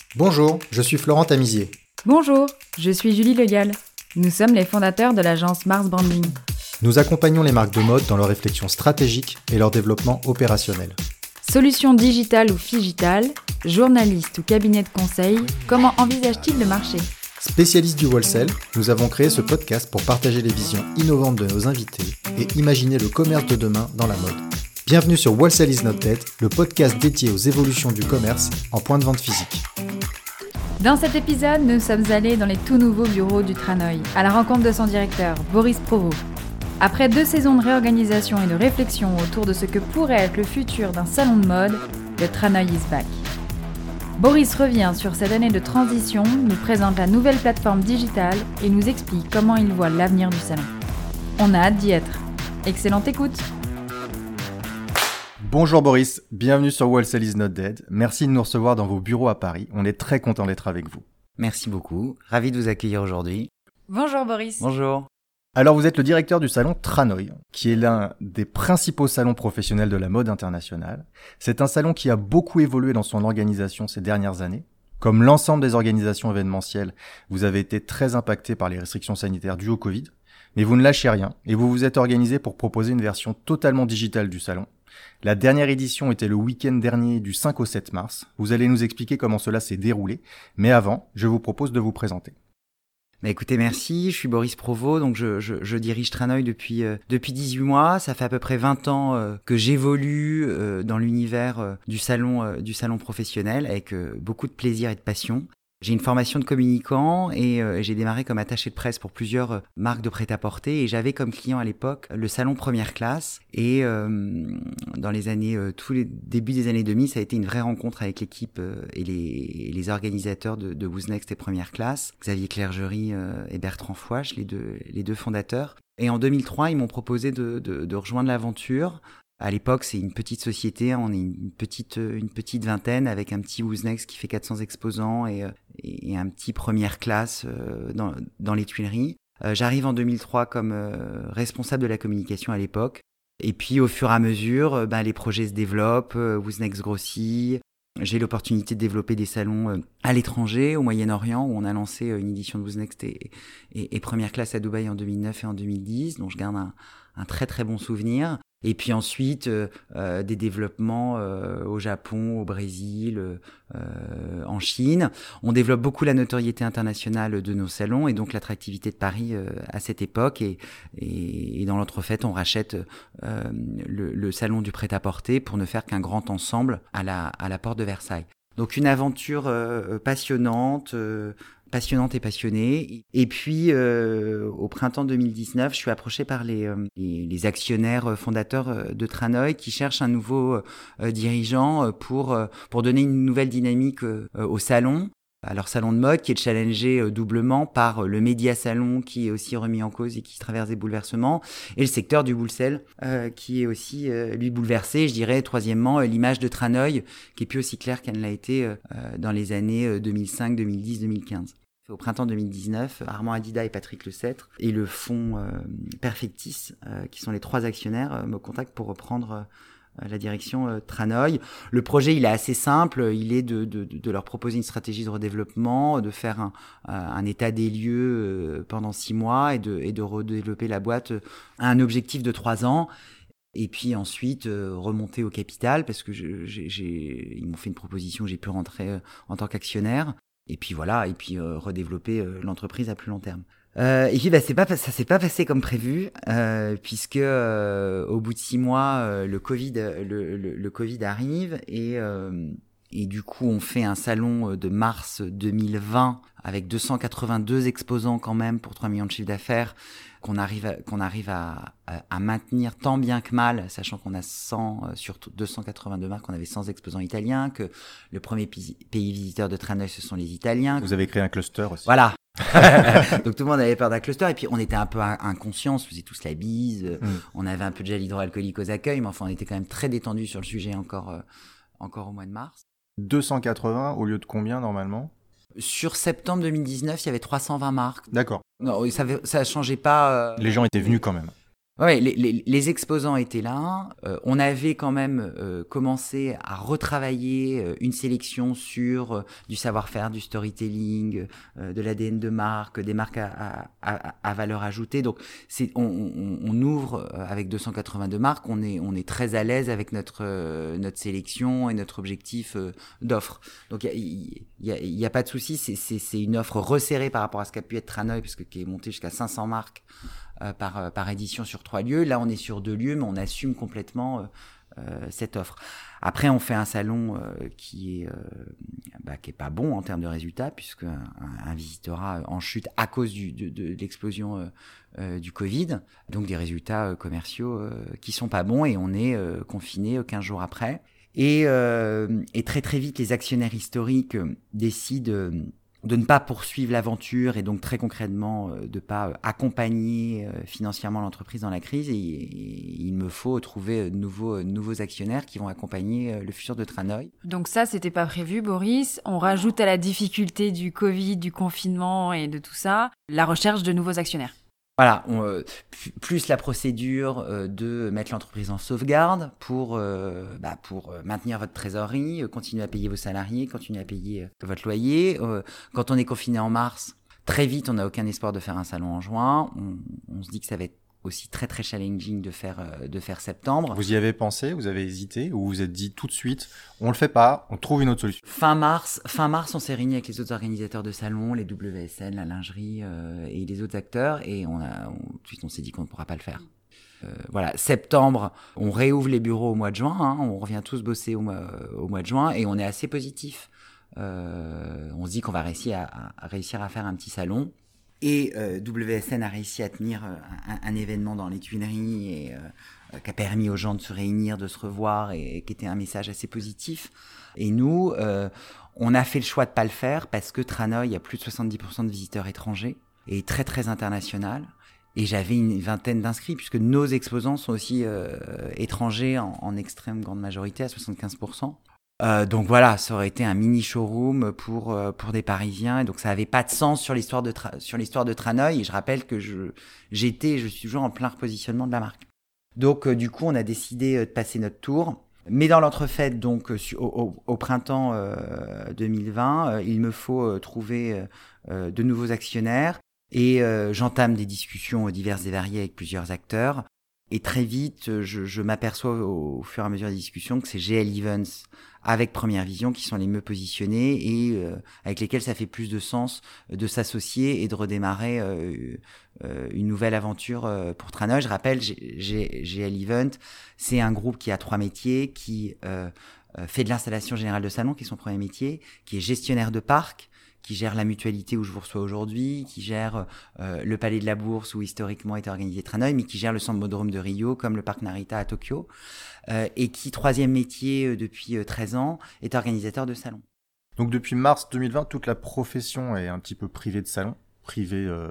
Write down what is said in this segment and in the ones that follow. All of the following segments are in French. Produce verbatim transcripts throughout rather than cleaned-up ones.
Bonjour, je suis Florent Tamizier. Bonjour, je suis Julie Legal. Nous sommes les fondateurs de l'agence Mars Branding. Nous accompagnons les marques de mode dans leur réflexion stratégique et leur développement opérationnel. Solutions digitales ou figitales, journalistes ou cabinets de conseil, comment envisagent-ils le marché ? Spécialistes du wholesale, nous avons créé ce podcast pour partager les visions innovantes de nos invités et imaginer le commerce de demain dans la mode. Bienvenue sur Wholesale is not dead, le podcast dédié aux évolutions du commerce en point de vente physique. Dans cet épisode, nous sommes allés dans les tout nouveaux bureaux du Tranoï, à la rencontre de son directeur, Boris Provost. Après deux saisons de réorganisation et de réflexion autour de ce que pourrait être le futur d'un salon de mode, le Tranoï is back. Boris revient sur cette année de transition, nous présente la nouvelle plateforme digitale et nous explique comment il voit l'avenir du salon. On a hâte d'y être. Excellente écoute! Bonjour Boris, bienvenue sur Wholesale is not dead. Merci de nous recevoir dans vos bureaux à Paris. On est très content d'être avec vous. Merci beaucoup, ravi de vous accueillir aujourd'hui. Bonjour Boris. Bonjour. Alors vous êtes le directeur du salon Tranoï, qui est l'un des principaux salons professionnels de la mode internationale. C'est un salon qui a beaucoup évolué dans son organisation ces dernières années. Comme l'ensemble des organisations événementielles, vous avez été très impacté par les restrictions sanitaires dues au Covid. Mais vous ne lâchez rien et vous vous êtes organisé pour proposer une version totalement digitale du salon. La dernière édition était le week-end dernier du cinq au sept mars. Vous allez nous expliquer comment cela s'est déroulé. Mais avant, je vous propose de vous présenter. Bah écoutez, merci. Je suis Boris Provost, donc je, je, je dirige Tranoï depuis euh, depuis dix-huit mois. Ça fait à peu près vingt ans euh, que j'évolue euh, dans l'univers euh, du salon euh, du salon professionnel avec euh, beaucoup de plaisir et de passion. J'ai une formation de communicant et euh, j'ai démarré comme attaché de presse pour plusieurs euh, marques de prêt-à-porter et j'avais comme client à l'époque le salon Première Classe et euh, dans les années euh, tous les débuts des années deux mille, ça a été une vraie rencontre avec l'équipe euh, et les et les organisateurs de, de Who's Next et Première Classe, Xavier Clergerie euh, et Bertrand Fouache, les deux les deux fondateurs. Et en deux mille trois, ils m'ont proposé de de, de rejoindre l'aventure. À l'époque, c'est une petite société, on est une petite une petite vingtaine avec un petit Who's Next qui fait quatre cents exposants et et un petit Première Classe dans dans les Tuileries. Euh, j'arrive en deux mille trois comme euh, responsable de la communication à l'époque. Et puis au fur et à mesure, ben les projets se développent, euh, Who's Next grossit. J'ai l'opportunité de développer des salons euh, à l'étranger, au Moyen-Orient, où on a lancé euh, une édition de Who's Next et, et, et Première Classe à Dubaï en deux mille neuf et en deux mille dix, dont je garde un, un très très bon souvenir. Et puis ensuite, euh, euh, des développements euh, au Japon, au Brésil, euh, en Chine. On développe beaucoup la notoriété internationale de nos salons et donc l'attractivité de Paris euh, à cette époque. Et, et, et dans l'entrefaite, on rachète euh, le, le salon du prêt-à-porter pour ne faire qu'un grand ensemble à la, à la porte de Versailles. Donc une aventure euh, passionnante, euh, passionnante et passionnée. Et puis euh, au printemps deux mille dix-neuf, je suis approché par les, euh, les, les actionnaires fondateurs de Tranoï qui cherchent un nouveau euh, dirigeant pour euh, pour donner une nouvelle dynamique euh, au salon. À leur salon de mode qui est challengé euh, doublement par euh, le média salon qui est aussi remis en cause et qui traverse des bouleversements et le secteur du wholesale euh, qui est aussi euh, lui bouleversé. Je dirais troisièmement euh, l'image de Tranoï qui est plus aussi claire qu'elle ne l'a été euh, dans les années euh, deux mille cinq, deux mille dix, deux mille quinze. Au printemps deux mille dix-neuf, Armand Adida et Patrick Lecêtre et le fonds euh, Perfectis, euh, qui sont les trois actionnaires, euh, me contactent pour reprendre euh, la direction euh, Tranoï. Le projet, il est assez simple. Il est de, de, de leur proposer une stratégie de redéveloppement, de faire un, un état des lieux pendant six mois et de, et de redévelopper la boîte à un objectif de trois ans. Et puis ensuite, euh, remonter au capital parce que je, j'ai, j'ai, ils m'ont fait une proposition, j'ai pu rentrer euh, en tant qu'actionnaire. Et puis voilà, et puis euh, redévelopper euh, l'entreprise à plus long terme. Euh, et puis bah c'est pas ça s'est pas passé comme prévu euh, puisque euh, au bout de six mois euh, le Covid le, le, le Covid arrive et euh, et du coup on fait un salon de mars deux mille vingt avec deux cent quatre-vingt-deux exposants quand même pour trois millions de chiffre d'affaires qu'on arrive à, qu'on arrive à, à, à maintenir tant bien que mal, sachant qu'on a cent euh, sur deux cent quatre-vingt-deux marques, on avait cent exposants italiens, que le premier pays, pays visiteur de Tranoï ce sont les Italiens. Vous avez créé un cluster aussi. Voilà. Donc tout le monde avait peur d'un cluster et puis on était un peu inconscients, on se faisait tous la bise, mmh. on avait un peu de gel hydroalcoolique aux accueils, mais enfin on était quand même très détendus sur le sujet encore, euh, encore au mois de mars. deux cent quatre-vingts au lieu de combien normalement ? Sur septembre deux mille dix-neuf, il y avait trois cent vingt marques. D'accord. Non, ça, ça changeait pas. Euh... Les gens étaient venus quand même. Ouais, les, les, les exposants étaient là. Euh, on avait quand même euh, commencé à retravailler euh, une sélection sur euh, du savoir-faire, du storytelling, euh, de l'A D N de marque, des marques à, à, à, à valeur ajoutée. Donc, c'est, on, on, on ouvre avec deux cent quatre-vingt-deux marques. On est, on est très à l'aise avec notre euh, notre sélection et notre objectif euh, d'offre. Donc, il y a, y a, y a pas de souci. C'est, c'est, c'est une offre resserrée par rapport à ce qu'a pu être Tranoï, parce que qui est monté jusqu'à cinq cents marques. Euh, par, euh, par édition sur trois lieux. Là, on est sur deux lieux, mais on assume complètement euh, euh, cette offre. Après, on fait un salon euh, qui est euh, bah, qui est pas bon en termes de résultats, puisque un, un visiteurat en chute à cause du, de, de l'explosion euh, euh, du Covid. Donc, des résultats euh, commerciaux euh, qui sont pas bons, et on est euh, confiné quinze jours après. Et, euh, et très très vite, les actionnaires historiques euh, décident euh, de ne pas poursuivre l'aventure, et donc très concrètement euh, de ne pas euh, accompagner euh, financièrement l'entreprise dans la crise, et, et il me faut trouver de nouveaux, de nouveaux actionnaires qui vont accompagner euh, le futur de Tranoï. Donc ça, c'était pas prévu, Boris. On rajoute à la difficulté du Covid, du confinement et de tout ça, la recherche de nouveaux actionnaires. Voilà, on, euh, plus la procédure euh, de mettre l'entreprise en sauvegarde pour, euh, bah, pour euh, maintenir votre trésorerie, euh, continuer à payer vos salariés, continuer à payer euh, votre loyer. Euh, quand on est confiné en mars, très vite, on n'a aucun espoir de faire un salon en juin. On, on se dit que ça va être aussi très très challenging de faire euh, de faire septembre. Vous y avez pensé, vous avez hésité, ou vous vous êtes dit tout de suite, on le fait pas, on trouve une autre solution? Fin mars, fin mars, on s'est réunis avec les autres organisateurs de salons, les W S N, la lingerie euh, et les autres acteurs, et on a, on, tout de suite, on s'est dit qu'on ne pourra pas le faire. Euh, voilà, septembre, on réouvre les bureaux au mois de juin, hein, on revient tous bosser au mois, au mois de juin, et on est assez positif. Euh, on se dit qu'on va réussir à, à réussir à faire un petit salon. Et euh, W S N a réussi à tenir euh, un, un événement dans les Tuileries, et euh, qui a permis aux gens de se réunir, de se revoir, et, et qui était un message assez positif. Et nous, euh, on a fait le choix de pas le faire parce que Tranoï, il y a plus de soixante-dix pour cent de visiteurs étrangers et très très international. Et j'avais une vingtaine d'inscrits, puisque nos exposants sont aussi euh, étrangers en, en extrême grande majorité, à soixante-quinze pour cent. Euh, donc voilà, ça aurait été un mini showroom pour euh, pour des Parisiens, et donc ça avait pas de sens sur l'histoire de tra- sur l'histoire de Tranoï. Et je rappelle que je j'étais, je suis toujours en plein repositionnement de la marque. Donc euh, du coup, on a décidé de passer notre tour. Mais dans l'entrefaite, donc au, au, au printemps euh, deux mille vingt, euh, il me faut euh, trouver euh, de nouveaux actionnaires, et euh, j'entame des discussions diverses et variées avec plusieurs acteurs. Et très vite, je, je m'aperçois au, au fur et à mesure des discussions que c'est G L Events avec Première Vision qui sont les mieux positionnés, et euh, avec lesquels ça fait plus de sens de s'associer et de redémarrer euh, euh, une nouvelle aventure euh, pour Tranoï. Je rappelle, G- G- G L Event, c'est un groupe qui a trois métiers, qui euh, fait de l'installation générale de salon, qui est son premier métier, qui est gestionnaire de parc, qui gère la mutualité où je vous reçois aujourd'hui, qui gère euh, le Palais de la Bourse où historiquement était organisé Tranoï, mais qui gère le centre Bodrum de Rio, comme le parc Narita à Tokyo, euh, et qui, troisième métier euh, depuis euh, treize ans, est organisateur de salons. Donc depuis mars deux mille vingt, toute la profession est un petit peu privée de salons, privée euh,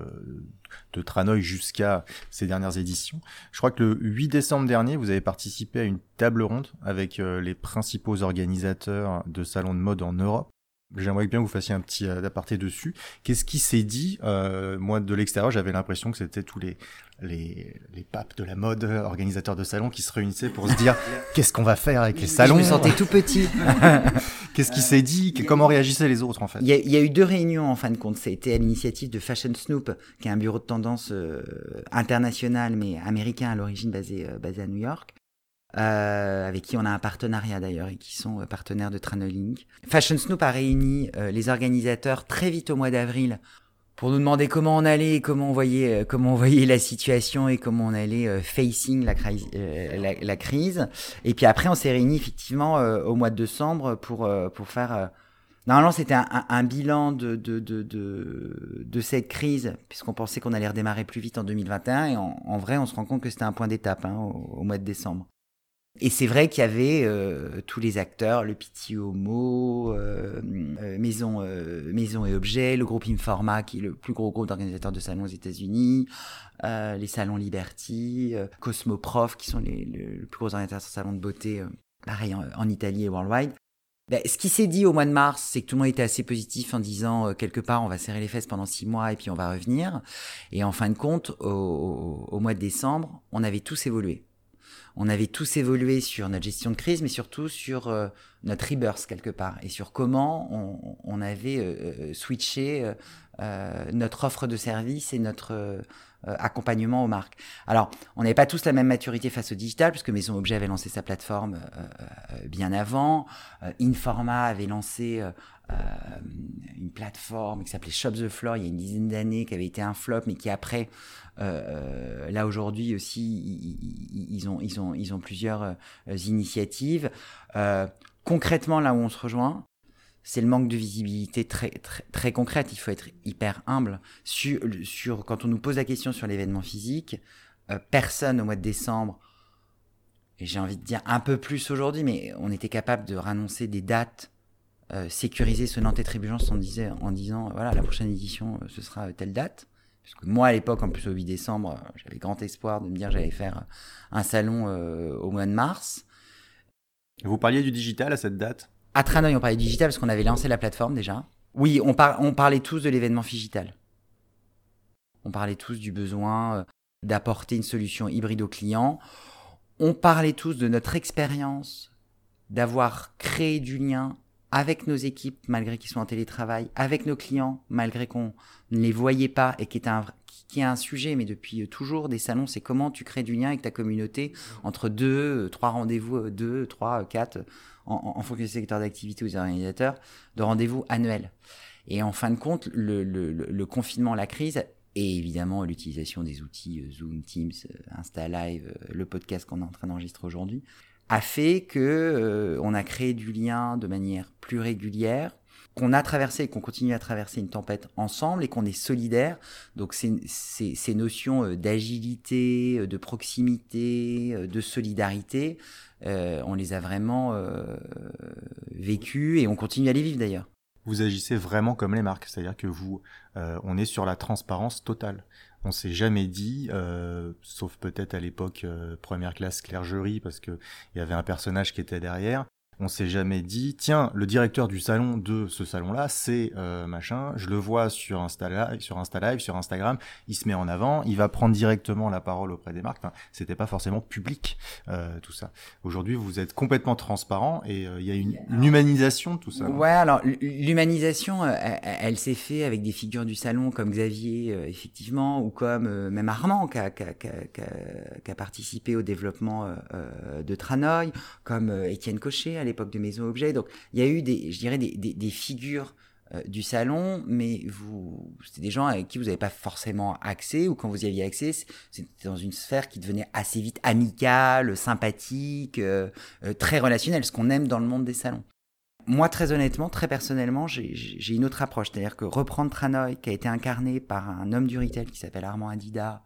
de Tranoï jusqu'à ces dernières éditions. Je crois que le huit décembre dernier, vous avez participé à une table ronde avec euh, les principaux organisateurs de salons de mode en Europe. J'aimerais bien que vous fassiez un petit euh, aparté dessus. Qu'est-ce qui s'est dit? euh, Moi, de l'extérieur, j'avais l'impression que c'était tous les, les les papes de la mode, organisateurs de salons, qui se réunissaient pour se dire qu'est-ce qu'on va faire avec les salons. Je me sentais tout petit. Qu'est-ce qui s'est dit? Comment réagissaient les autres, en fait? Il y, a, il y a eu deux réunions en fin de compte. Ça a été à l'initiative de Fashion Snoop, qui est un bureau de tendance euh, international mais américain à l'origine, basé euh, basé à New York. Euh, avec qui on a un partenariat d'ailleurs, et qui sont euh, partenaires de Tranoï Link. Fashion Snoop a réuni euh, les organisateurs très vite au mois d'avril pour nous demander comment on allait, et comment on voyait, euh, comment on voyait la situation, et comment on allait euh, facing la, crise, euh, la, la crise. Et puis après, on s'est réunis effectivement euh, au mois de décembre pour euh, pour faire. Euh, Normalement, c'était un, un, un bilan de, de, de, de, de cette crise, puisqu'on pensait qu'on allait redémarrer plus vite en deux mille vingt et un, et en, en vrai, on se rend compte que c'était un point d'étape hein, au, au mois de décembre. Et c'est vrai qu'il y avait euh, tous les acteurs, le Petit Homo, euh, euh, Maison, euh, Maison et Objets, le groupe Informa, qui est le plus gros groupe d'organisateurs de salons aux États-Unis, euh, les salons Liberty, euh, Cosmoprof, qui sont les, les, les plus gros organisateurs de salons de beauté, euh, pareil en, en Italie et worldwide. Ben, ce qui s'est dit au mois de mars, c'est que tout le monde était assez positif en disant euh, quelque part on va serrer les fesses pendant six mois et puis on va revenir. Et en fin de compte, au, au, au mois de décembre, on avait tous évolué. On avait tous évolué sur notre gestion de crise, mais surtout sur euh, notre rebirth quelque part et sur comment on, on avait euh, switché euh, notre offre de service et notre euh, accompagnement aux marques. Alors, on n'avait pas tous la même maturité face au digital, puisque Maison Objet avait lancé sa plateforme euh, euh, bien avant. Euh, Informa avait lancé euh, euh, une plateforme qui s'appelait Shop the Floor il y a une dizaine d'années, qui avait été un flop, mais qui après, euh, là aujourd'hui aussi, ils, ils, ont, ils, ont, ils ont plusieurs euh, initiatives. Euh, concrètement, là où on se rejoint, c'est le manque de visibilité très, très, très concrète. Il faut être hyper humble. Sur, sur, quand on nous pose la question sur l'événement physique, euh, personne au mois de décembre, et j'ai envie de dire un peu plus aujourd'hui, mais on était capable de rannoncer des dates euh, sécurisées, sonnantes et trébuchantes en, disait, en disant, voilà, la prochaine édition, ce sera telle date. Parce que moi, à l'époque, en plus au huit décembre, j'avais grand espoir de me dire que j'allais faire un salon euh, au mois de mars. Vous parliez du digital à cette date ? À Tranoï, on parlait digital parce qu'on avait lancé la plateforme déjà. Oui, on, par, on parlait tous de l'événement digital. On parlait tous du besoin d'apporter une solution hybride aux clients. On parlait tous de notre expérience, d'avoir créé du lien avec nos équipes, malgré qu'ils soient en télétravail, avec nos clients, malgré qu'on ne les voyait pas, et qui est un, qui est un sujet, mais depuis toujours, des salons, c'est comment tu crées du lien avec ta communauté entre deux, trois rendez-vous, deux, trois, quatre, en, en fonction du secteur d'activité ou des organisateurs, de rendez-vous annuels. Et en fin de compte, le, le, le, le confinement, la crise, et évidemment l'utilisation des outils Zoom, Teams, Insta Live, le podcast qu'on est en train d'enregistrer aujourd'hui, a fait que euh, on a créé du lien de manière plus régulière, qu'on a traversé et qu'on continue à traverser une tempête ensemble et qu'on est solidaire. Donc ces, ces, ces notions d'agilité, de proximité, de solidarité, euh, on les a vraiment euh, vécues et on continue à les vivre d'ailleurs. Vous agissez vraiment comme les marques, c'est-à-dire que vous, euh, on est sur la transparence totale. On s'est jamais dit, euh, sauf peut-être à l'époque euh, première classe Clergerie, parce que il y avait un personnage qui était derrière. On s'est jamais dit, tiens, le directeur du salon de ce salon-là, c'est euh, machin. Je le vois sur Insta Live, sur Insta Live, sur Instagram. Il se met en avant, il va prendre directement la parole auprès des marques. Enfin, c'était pas forcément public euh, tout ça. Aujourd'hui, vous êtes complètement transparent et il euh, y a une, une humanisation de tout ça. Ouais, alors l'humanisation, elle, elle s'est faite avec des figures du salon comme Xavier, euh, effectivement, ou comme euh, même Armand qui a, qui a, qui a, qui a, qui a participé au développement euh, de Tranoï, comme euh, Étienne Cochet à l'époque de Maison Objet. Donc il y a eu des, je dirais des, des, des figures euh, du salon, mais vous, c'était des gens avec qui vous n'avez pas forcément accès, ou quand vous y aviez accès, c'était dans une sphère qui devenait assez vite amicale, sympathique, euh, euh, très relationnelle, ce qu'on aime dans le monde des salons. Moi, très honnêtement, très personnellement, j'ai, j'ai une autre approche, c'est-à-dire que reprendre Tranoï, qui a été incarné par un homme du retail qui s'appelle Armand Adida,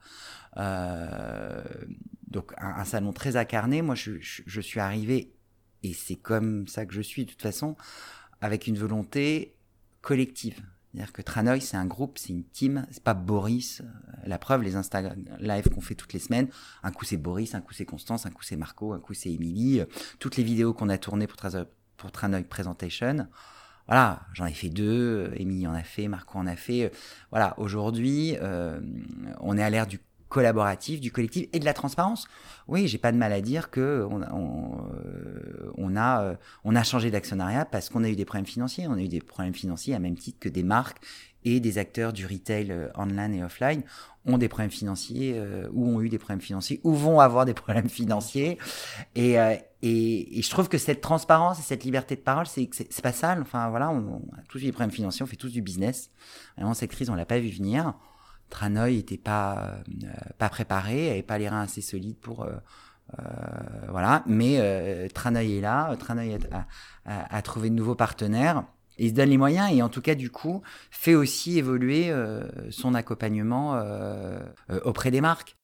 euh, donc un, un salon très incarné, moi je, je, je suis arrivé, et c'est comme ça que je suis de toute façon, avec une volonté collective. C'est-à-dire que Tranoï, c'est un groupe, c'est une team, c'est pas Boris. La preuve, les Insta Live qu'on fait toutes les semaines, un coup c'est Boris, un coup c'est Constance, un coup c'est Marco, un coup c'est Émilie. Toutes les vidéos qu'on a tournées pour, Tra- pour Tranoï Presentation, voilà, j'en ai fait deux, Émilie en a fait, Marco en a fait. Voilà, aujourd'hui, euh, on est à l'ère du collaboratif, du collectif et de la transparence. Oui, j'ai pas de mal à dire que on, on, on a on a changé d'actionnariat parce qu'on a eu des problèmes financiers. On a eu des problèmes financiers à même titre que des marques et des acteurs du retail online et offline ont des problèmes financiers euh, ou ont eu des problèmes financiers ou vont avoir des problèmes financiers. Et euh, et, et je trouve que cette transparence et cette liberté de parole, c'est c'est, c'est pas sale. Enfin voilà, on, on a tous eu des problèmes financiers, on fait tous du business. Vraiment, cette crise, on l'a pas vu venir. Tranoï était pas euh, pas préparé, avait pas les reins assez solides pour euh, euh, voilà. Mais euh, Tranoï est là, Tranoï a, a, a trouvé de nouveaux partenaires. Et il se donne les moyens et en tout cas du coup fait aussi évoluer euh, son accompagnement euh, euh, auprès des marques.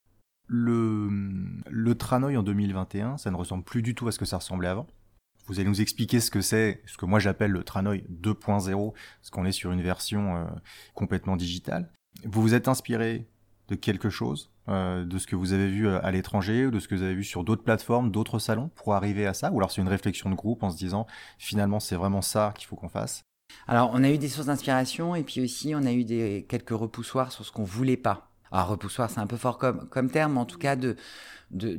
Le le Tranoï en deux mille vingt et un, ça ne ressemble plus du tout à ce que ça ressemblait avant. Vous allez nous expliquer ce que c'est, ce que moi j'appelle le Tranoï deux point zéro, parce qu'on est sur une version euh, complètement digitale. Vous vous êtes inspiré de quelque chose, euh, de ce que vous avez vu à l'étranger ou de ce que vous avez vu sur d'autres plateformes, d'autres salons pour arriver à ça? Ou alors c'est une réflexion de groupe en se disant finalement c'est vraiment ça qu'il faut qu'on fasse? Alors on a eu des sources d'inspiration et puis aussi on a eu des, quelques repoussoirs sur ce qu'on voulait pas. Alors repoussoir c'est un peu fort comme, comme terme, mais en tout cas de, de,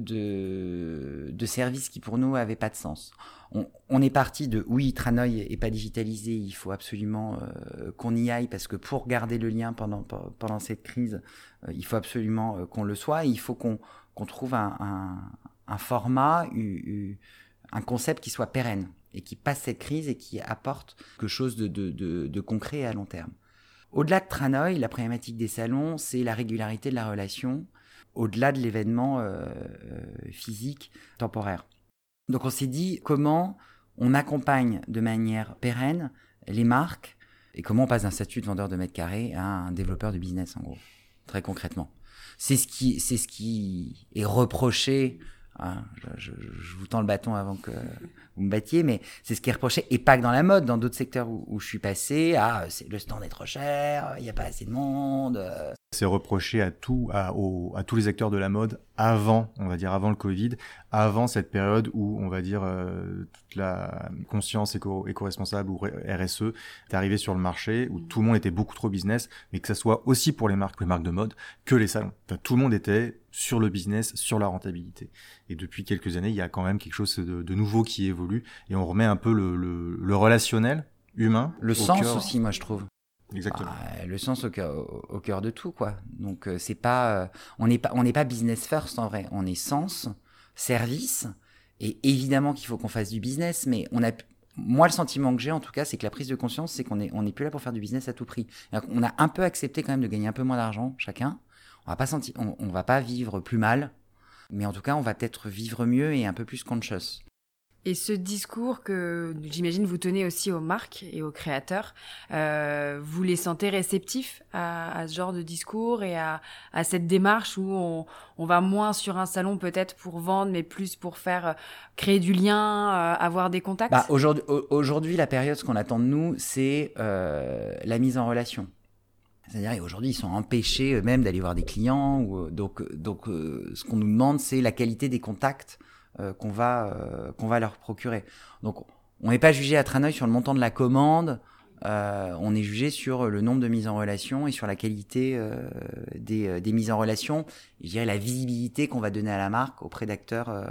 de, de services qui pour nous n'avaient pas de sens. On, on est parti de oui, Tranoï est pas digitalisé, il faut absolument euh, qu'on y aille parce que pour garder le lien pendant, pendant cette crise, euh, il faut absolument euh, qu'on le soit et il faut qu'on, qu'on trouve un, un, un format, u, un concept qui soit pérenne et qui passe cette crise et qui apporte quelque chose de, de, de, de concret et à long terme. Au-delà de Tranoï, la problématique des salons, c'est la régularité de la relation, au-delà de l'événement euh, physique temporaire. Donc on s'est dit comment on accompagne de manière pérenne les marques et comment on passe d'un statut de vendeur de mètres carrés à un développeur de business en gros, très concrètement. C'est ce qui, c'est ce qui est reproché. Hein, je, je, je vous tends le bâton avant que vous me battiez, mais c'est ce qui est reproché, et pas que dans la mode, dans d'autres secteurs où, où je suis passé, ah, c'est, le stand est trop cher, il n'y a pas assez de monde. Euh. C'est reproché à, tout, à, au, à tous les acteurs de la mode avant, on va dire avant le Covid, avant cette période où, on va dire, euh, toute la conscience éco, éco-responsable ou R S E est arrivée sur le marché, où tout le monde était beaucoup trop business, mais que ça soit aussi pour les marques, les marques de mode, que les salons. Enfin, tout le monde était sur le business, sur la rentabilité. Et depuis quelques années, il y a quand même quelque chose de, de nouveau qui évolue, et on remet un peu le, le, le relationnel humain. Le sens cœur. Aussi, moi, je trouve. Exactement. Ah, le sens au cœur, au, au cœur de tout, quoi. Donc euh, c'est pas, euh, on n'est pas, on n'est pas business first en vrai. On est sens, service, et évidemment qu'il faut qu'on fasse du business, mais on a, moi le sentiment que j'ai en tout cas, c'est que la prise de conscience, c'est qu'on est, on n'est plus là pour faire du business à tout prix. On a un peu accepté quand même de gagner un peu moins d'argent chacun. On va pas sentir, on, on va pas vivre plus mal, mais en tout cas on va peut-être vivre mieux et un peu plus conscious. Et ce discours que j'imagine vous tenez aussi aux marques et aux créateurs, euh, vous les sentez réceptifs à, à ce genre de discours et à, à cette démarche où on, on va moins sur un salon peut-être pour vendre, mais plus pour faire créer du lien, euh, avoir des contacts? Bah, aujourd'hui, aujourd'hui, la période, ce qu'on attend de nous, c'est euh, la mise en relation. C'est-à-dire aujourd'hui, ils sont empêchés eux-mêmes d'aller voir des clients. Ou, donc, donc euh, ce qu'on nous demande, c'est la qualité des contacts Euh, qu'on va euh, qu'on va leur procurer. Donc on n'est pas jugé à Tranoï sur le montant de la commande, euh, on est jugé sur le nombre de mises en relation et sur la qualité euh, des, euh, des mises en relation, et je dirais la visibilité qu'on va donner à la marque auprès d'acteurs euh,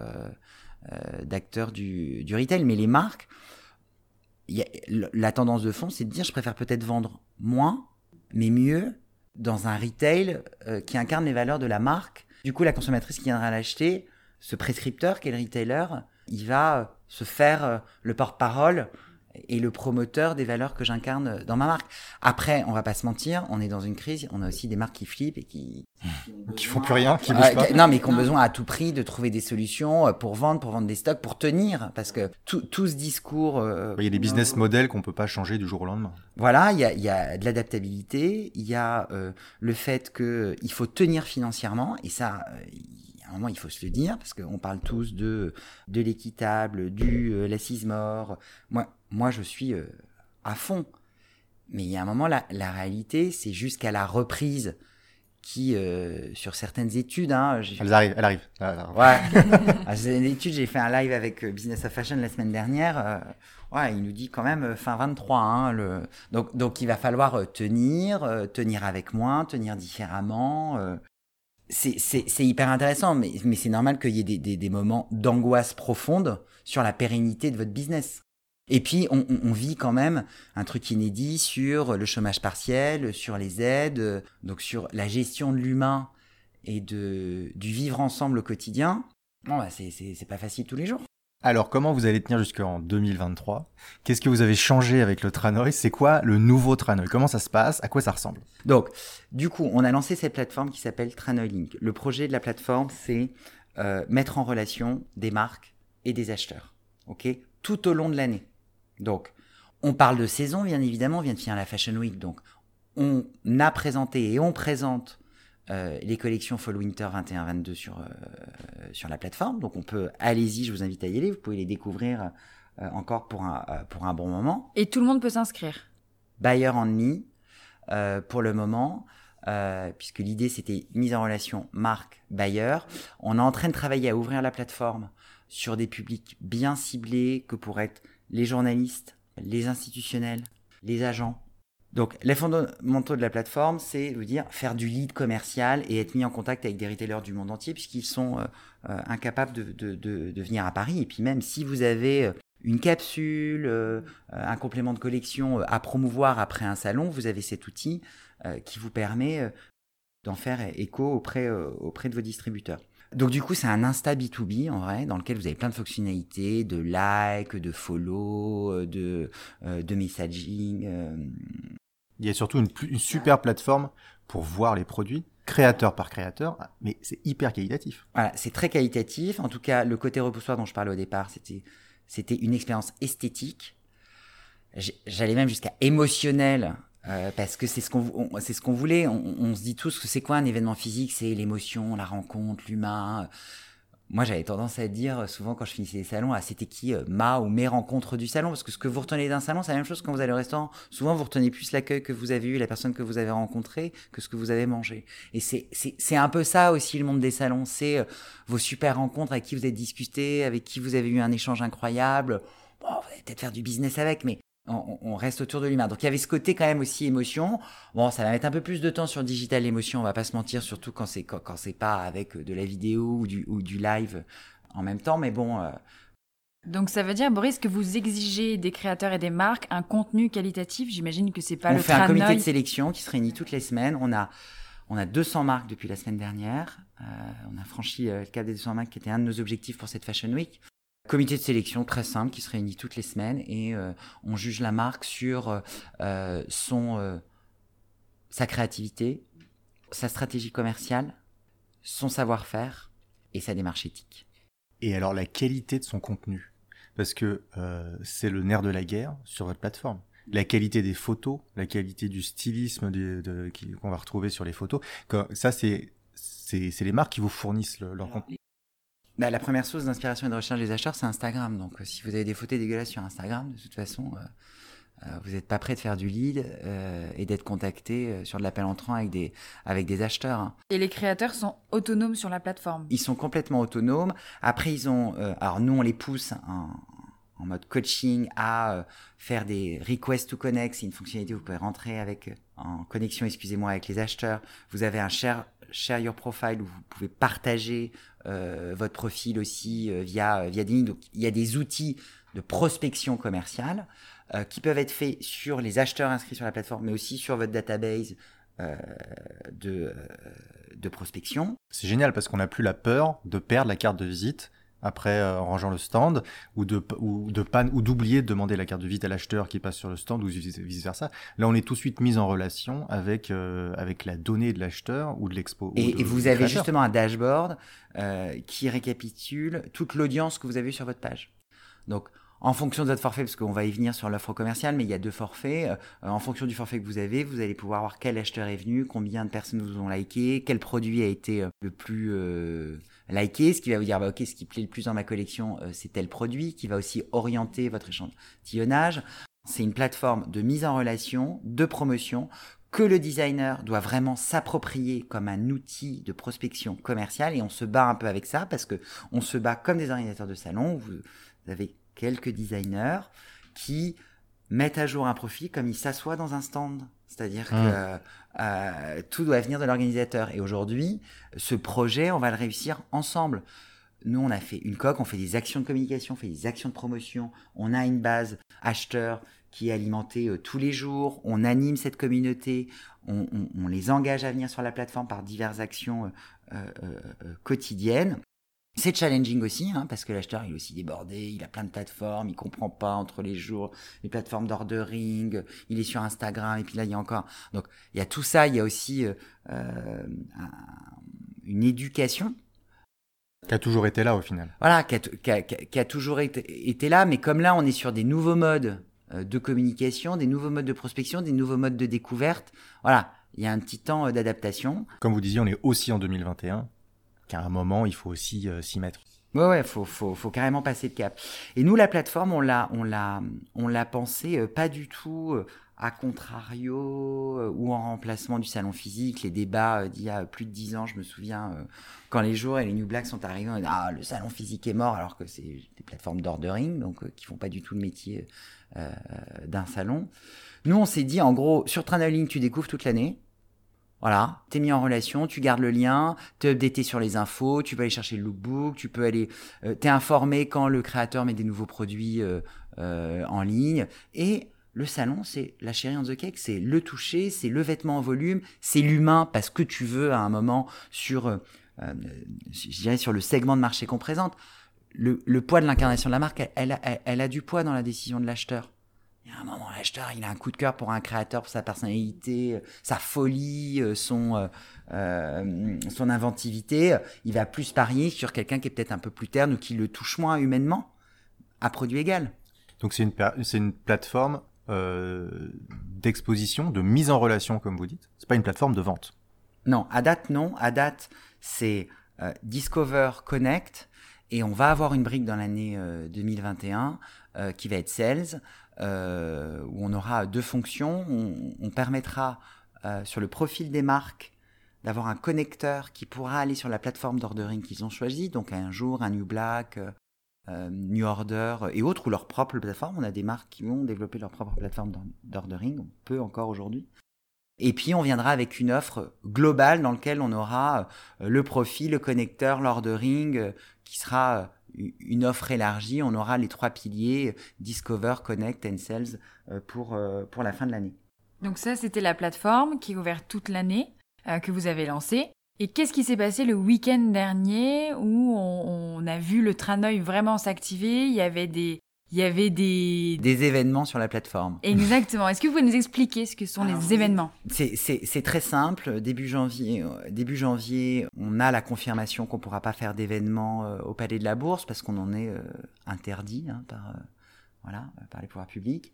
euh, d'acteurs du, du retail. Mais les marques, y a, la tendance de fond, c'est de dire je préfère peut-être vendre moins mais mieux dans un retail euh, qui incarne les valeurs de la marque. Du coup la consommatrice qui viendra l'acheter, ce prescripteur qui est le retailer, il va se faire le porte-parole et le promoteur des valeurs que j'incarne dans ma marque. Après, on va pas se mentir, on est dans une crise, on a aussi des marques qui flippent et qui... qui font plus rien, qui bougent pas. Non, mais qui ont besoin à tout prix de trouver des solutions pour vendre, pour vendre des stocks, pour tenir, parce que tout, tout ce discours... Euh, il y a des business models qu'on peut pas changer du jour au lendemain. Voilà, il y a, il y a de l'adaptabilité, il y a euh, le fait que il faut tenir financièrement, et ça... Euh, à un moment, il faut se le dire, parce qu'on parle tous de, de l'équitable, du euh, l'assise-mort. Moi, moi, je suis euh, à fond. Mais il y a un moment, la, la réalité, c'est jusqu'à la reprise qui, euh, sur certaines études... Hein, j'ai... Elle arrive, elle arrive. Elle arrive. Ouais. À certaines études, j'ai fait un live avec Business of Fashion la semaine dernière. Euh, ouais, il nous dit quand même fin vingt-trois. Hein, le... donc, donc, il va falloir tenir, euh, tenir avec moins, tenir différemment... Euh... C'est, c'est, c'est hyper intéressant, mais, mais c'est normal qu'il y ait des, des, des moments d'angoisse profonde sur la pérennité de votre business. Et puis, on, on, on vit quand même un truc inédit sur le chômage partiel, sur les aides, donc sur la gestion de l'humain et de, du vivre ensemble au quotidien. Bon, bah, c'est, c'est, c'est pas facile tous les jours. Alors, comment vous allez tenir jusqu'en deux mille vingt-trois? Qu'est-ce que vous avez changé avec le Tranoï? C'est quoi le nouveau Tranoï? Comment ça se passe? À quoi ça ressemble? Donc, du coup, on a lancé cette plateforme qui s'appelle Tranoï Link. Le projet de la plateforme, c'est euh, mettre en relation des marques et des acheteurs, ok, tout au long de l'année. Donc, on parle de saison, bien évidemment, on vient de finir la Fashion Week, donc on a présenté et on présente Euh, les collections Fall Winter vingt et un vingt-deux sur, euh, sur la plateforme. Donc on peut, allez-y, je vous invite à y aller, vous pouvez les découvrir euh, encore pour un, euh, pour un bon moment. Et tout le monde peut s'inscrire? Buyer only euh, pour le moment. euh, puisque l'idée c'était mise en relation marque-bailleur. On est en train de travailler à ouvrir la plateforme sur des publics bien ciblés que pourraient être les journalistes, les institutionnels, les agents. Donc, les fondamentaux de la plateforme, c'est, je veux dire, faire du lead commercial et être mis en contact avec des retailers du monde entier, puisqu'ils sont euh, euh, incapables de, de, de, de venir à Paris. Et puis même, si vous avez une capsule, euh, un complément de collection à promouvoir après un salon, vous avez cet outil euh, qui vous permet euh, d'en faire écho auprès, euh, auprès de vos distributeurs. Donc du coup, c'est un Insta B deux B en vrai, dans lequel vous avez plein de fonctionnalités, de like, de follow, de, euh, de messaging. Euh... Il y a surtout une, une super plateforme pour voir les produits, créateur par créateur, mais c'est hyper qualitatif. Voilà, c'est très qualitatif. En tout cas, le côté repoussoir dont je parlais au départ, c'était, c'était une expérience esthétique. J'allais même jusqu'à émotionnelle. Euh, parce que c'est ce qu'on on, c'est ce qu'on voulait. On, on se dit tous que c'est quoi un événement physique, c'est l'émotion, la rencontre, l'humain. Moi, j'avais tendance à dire souvent quand je finissais les salons, ah, c'était qui euh, ma ou mes rencontres du salon, parce que ce que vous retenez d'un salon, c'est la même chose quand vous allez au restaurant. Souvent, vous retenez plus l'accueil que vous avez eu, la personne que vous avez rencontrée, que ce que vous avez mangé. Et c'est c'est c'est un peu ça aussi le monde des salons, c'est euh, vos super rencontres avec qui vous êtes discuté, avec qui vous avez eu un échange incroyable. Bon, vous allez peut-être faire du business avec, mais On, on reste autour de l'humain. Donc il y avait ce côté quand même aussi émotion. Bon, ça va mettre un peu plus de temps sur digital émotion, on va pas se mentir, surtout quand c'est quand, quand c'est pas avec de la vidéo ou du ou du live en même temps. Mais bon. Euh... Donc ça veut dire, Boris, que vous exigez des créateurs et des marques un contenu qualitatif. J'imagine que c'est pas on le fait un Tranoï. comité de sélection qui se réunit toutes les semaines. On a on a deux cents marques depuis la semaine dernière. Euh, on a franchi euh, le cap des deux cents marques, qui était un de nos objectifs pour cette Fashion Week. Comité de sélection très simple qui se réunit toutes les semaines et euh, on juge la marque sur euh, son, euh, sa créativité, sa stratégie commerciale, son savoir-faire et sa démarche éthique. Et alors la qualité de son contenu, parce que euh, c'est le nerf de la guerre sur votre plateforme. La qualité des photos, la qualité du stylisme de, de, qui, qu'on va retrouver sur les photos, quand, ça c'est, c'est, c'est les marques qui vous fournissent le, leur contenu. Bah, la première source d'inspiration et de recherche des acheteurs, c'est Instagram. Donc, euh, si vous avez des photos dégueulasses sur Instagram, de toute façon, euh, euh, vous n'êtes pas prêt de faire du lead euh, et d'être contacté euh, sur de l'appel entrant avec des, avec des acheteurs. Hein. Et les créateurs sont autonomes sur la plateforme. Ils sont complètement autonomes. Après, ils ont... Euh, alors, nous, on les pousse en, en mode coaching à euh, faire des request to connect. C'est une fonctionnalité où vous pouvez rentrer avec, en connexion, excusez-moi, avec les acheteurs. Vous avez un share, share your profile où vous pouvez partager Euh, votre profil aussi euh, via, via des lignes. Donc, il y a des outils de prospection commerciale euh, qui peuvent être faits sur les acheteurs inscrits sur la plateforme, mais aussi sur votre database euh, de, euh, de prospection. C'est génial parce qu'on n'a plus la peur de perdre la carte de visite après euh, en rangeant le stand ou de ou de panne ou d'oublier de demander la carte de visite à l'acheteur qui passe sur le stand ou vice versa. Là, on est tout de suite mis en relation avec euh, avec la donnée de l'acheteur ou de l'expo. Et, de, et vous du avez créateur. justement un dashboard euh, qui récapitule toute l'audience que vous avez sur votre page. Donc, en fonction de votre forfait, parce qu'on va y venir sur l'offre commerciale, mais il y a deux forfaits. Euh, en fonction du forfait que vous avez, vous allez pouvoir voir quel acheteur est venu, combien de personnes vous ont liké, quel produit a été euh, le plus euh, liké, ce qui va vous dire, bah, ok, ce qui plaît le plus dans ma collection, euh, c'est tel produit, qui va aussi orienter votre échantillonnage. C'est une plateforme de mise en relation, de promotion, que le designer doit vraiment s'approprier comme un outil de prospection commerciale, et on se bat un peu avec ça, parce que on se bat comme des organisateurs de salons. Vous avez quelques designers qui mettent à jour un profil comme ils s'assoient dans un stand. C'est-à-dire mmh. que euh, tout doit venir de l'organisateur. Et aujourd'hui, ce projet, on va le réussir ensemble. Nous, on a fait une coque, on fait des actions de communication, on fait des actions de promotion, on a une base acheteur qui est alimentée euh, tous les jours, on anime cette communauté, on, on, on les engage à venir sur la plateforme par diverses actions euh, euh, euh, quotidiennes. C'est challenging aussi, hein, parce que l'acheteur il est aussi débordé, il a plein de plateformes, il comprend pas entre les jours, les plateformes d'ordering, il est sur Instagram, et puis là il y a encore... Donc il y a tout ça, il y a aussi euh, euh, un, une éducation. Qui a toujours été là au final. Voilà, qui a, qui a, qui a toujours été, été là, mais comme là on est sur des nouveaux modes euh, de communication, des nouveaux modes de prospection, des nouveaux modes de découverte, voilà, il y a un petit temps euh, d'adaptation. Comme vous disiez, on est aussi en deux mille vingt et un. Qu'à un moment, il faut aussi euh, s'y mettre. Ouais, ouais, faut, faut, faut carrément passer le cap. Et nous, la plateforme, on l'a, on l'a, on l'a pensé euh, pas du tout euh, à contrario euh, ou en remplacement du salon physique, les débats euh, d'il y a plus de dix ans, je me souviens, euh, quand les jours et les New Blacks sont arrivés, on dit, ah, le salon physique est mort, alors que c'est des plateformes d'ordering, donc euh, qui font pas du tout le métier euh, d'un salon. Nous, on s'est dit, en gros, sur Tranoï Link, tu découvres toute l'année. Voilà, t'es mis en relation, tu gardes le lien, t'es updaté sur les infos, tu peux aller chercher le lookbook, tu peux aller, euh, t'es informé quand le créateur met des nouveaux produits euh, euh, en ligne. Et le salon, c'est la cherry on the cake, c'est le toucher, c'est le vêtement en volume, c'est l'humain, parce que tu veux à un moment sur, euh, euh, je dirais sur le segment de marché qu'on présente. Le, le poids de l'incarnation de la marque, elle, elle, elle, elle a du poids dans la décision de l'acheteur. Il y a un moment, l'acheteur, il a un coup de cœur pour un créateur, pour sa personnalité, sa folie, son, euh, son inventivité. Il va plus parier sur quelqu'un qui est peut-être un peu plus terne ou qui le touche moins humainement, à produit égal. Donc c'est une, c'est une plateforme euh, d'exposition, de mise en relation, comme vous dites. C'est pas une plateforme de vente. Non, à date, non. À date, c'est euh, Discover Connect. Et on va avoir une brique dans l'année euh, deux mille vingt et un euh, qui va être Sales, euh, où on aura deux fonctions. On, on permettra euh, sur le profil des marques d'avoir un connecteur qui pourra aller sur la plateforme d'ordering qu'ils ont choisie, donc un jour, un New Black, euh, New Order et autres, ou leur propre plateforme. On a des marques qui vont développer leur propre plateforme d'ordering, on peut encore aujourd'hui. Et puis, on viendra avec une offre globale dans laquelle on aura le profil, le connecteur, l'ordering, qui sera une offre élargie. On aura les trois piliers, Discover, Connect and Sales, pour, pour la fin de l'année. Donc ça, c'était la plateforme qui est ouverte toute l'année, euh, que vous avez lancée. Et qu'est-ce qui s'est passé le week-end dernier où on, on a vu le Tranoï vraiment s'activer? Il y avait des... Il y avait des... Des événements sur la plateforme. Exactement. Est-ce que vous pouvez nous expliquer ce que sont Alors, les événements? c'est, c'est, c'est très simple. Début janvier, début janvier, on a la confirmation qu'on ne pourra pas faire d'événements euh, au Palais de la Bourse parce qu'on en est euh, interdit hein, par, euh, voilà, par les pouvoirs publics.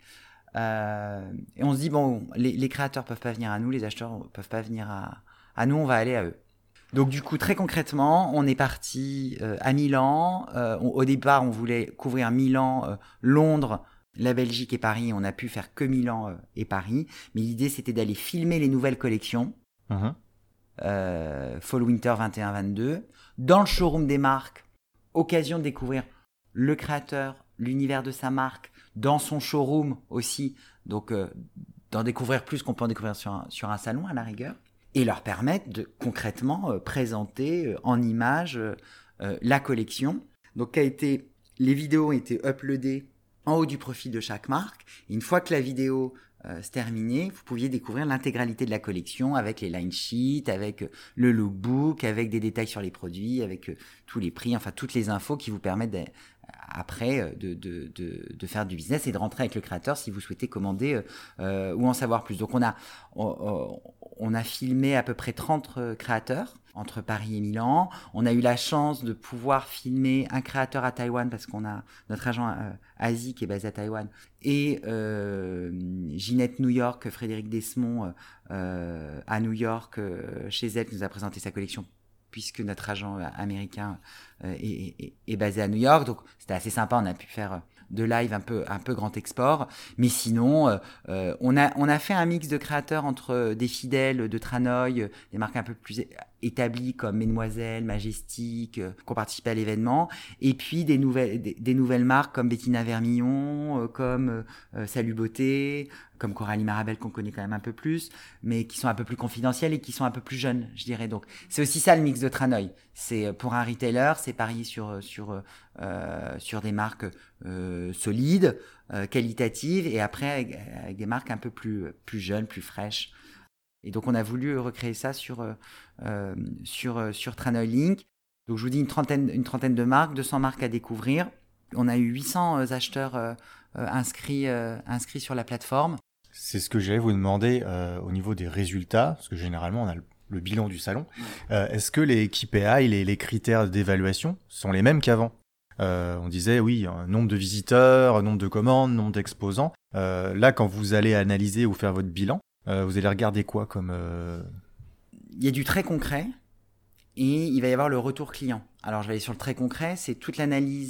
Euh, et on se dit, bon, les, les créateurs ne peuvent pas venir à nous, les acheteurs ne peuvent pas venir à, à nous, on va aller à eux. Donc du coup, très concrètement, on est parti euh, à Milan. Euh, on, au départ, on voulait couvrir Milan, euh, Londres, la Belgique et Paris. On n'a pu faire que Milan euh, et Paris. Mais l'idée, c'était d'aller filmer les nouvelles collections. Mmh. Euh, Fall Winter vingt et un vingt-deux. Dans le showroom des marques, occasion de découvrir le créateur, l'univers de sa marque, dans son showroom aussi. Donc, euh, d'en découvrir plus qu'on peut en découvrir sur un, sur un salon à la rigueur. Et leur permettre de concrètement euh, présenter euh, en images euh, euh, la collection. Donc, a été, les vidéos ont été uploadées en haut du profil de chaque marque. Et une fois que la vidéo euh, se terminait, vous pouviez découvrir l'intégralité de la collection avec les line sheets, avec euh, le lookbook, avec des détails sur les produits, avec euh, tous les prix, enfin toutes les infos qui vous permettent de, après de, de, de, de faire du business et de rentrer avec le créateur si vous souhaitez commander euh, ou en savoir plus. Donc, on a... On, on a filmé à peu près trente créateurs entre Paris et Milan. On a eu la chance de pouvoir filmer un créateur à Taïwan parce qu'on a notre agent euh, Asie qui est basé à Taïwan et euh, Ginette New York, Frédéric Desmond euh, à New York euh, chez elle qui nous a présenté sa collection puisque notre agent américain euh, est, est, est basé à New York. Donc c'était assez sympa, on a pu faire de live un peu un peu grand export, mais sinon euh, euh, on a on a fait un mix de créateurs entre des fidèles de Tranoï, des marques un peu plus établies comme Mesdemoiselles, Majestic, euh, qui ont participé à l'événement, et puis des nouvelles des, des nouvelles marques comme Bettina Vermillon, euh, comme euh, Salut Beauté, comme Coralie Marabel qu'on connaît quand même un peu plus, mais qui sont un peu plus confidentielles et qui sont un peu plus jeunes, je dirais. Donc c'est aussi ça le mix de Tranoï. C'est pour un retailer, c'est parier sur sur euh, sur des marques euh, solides, euh, qualitatives, et après avec, avec des marques un peu plus plus jeunes, plus fraîches. Et donc on a voulu recréer ça sur euh, sur sur Tranoï Link. Donc je vous dis une trentaine une trentaine de marques, deux cents marques à découvrir. On a eu huit cents inscrits euh, inscrits euh, inscrits sur la plateforme. C'est ce que j'allais vous demander euh, au niveau des résultats, parce que généralement on a le, le bilan du salon. Euh, est-ce que les K P I, les, les critères d'évaluation sont les mêmes qu'avant? euh, On disait oui, un nombre de visiteurs, un nombre de commandes, nombre d'exposants. Euh, là, quand vous allez analyser ou faire votre bilan, euh, vous allez regarder quoi comme euh... Il y a du très concret et il va y avoir le retour client. Alors je vais aller sur le très concret, c'est toute l'analyse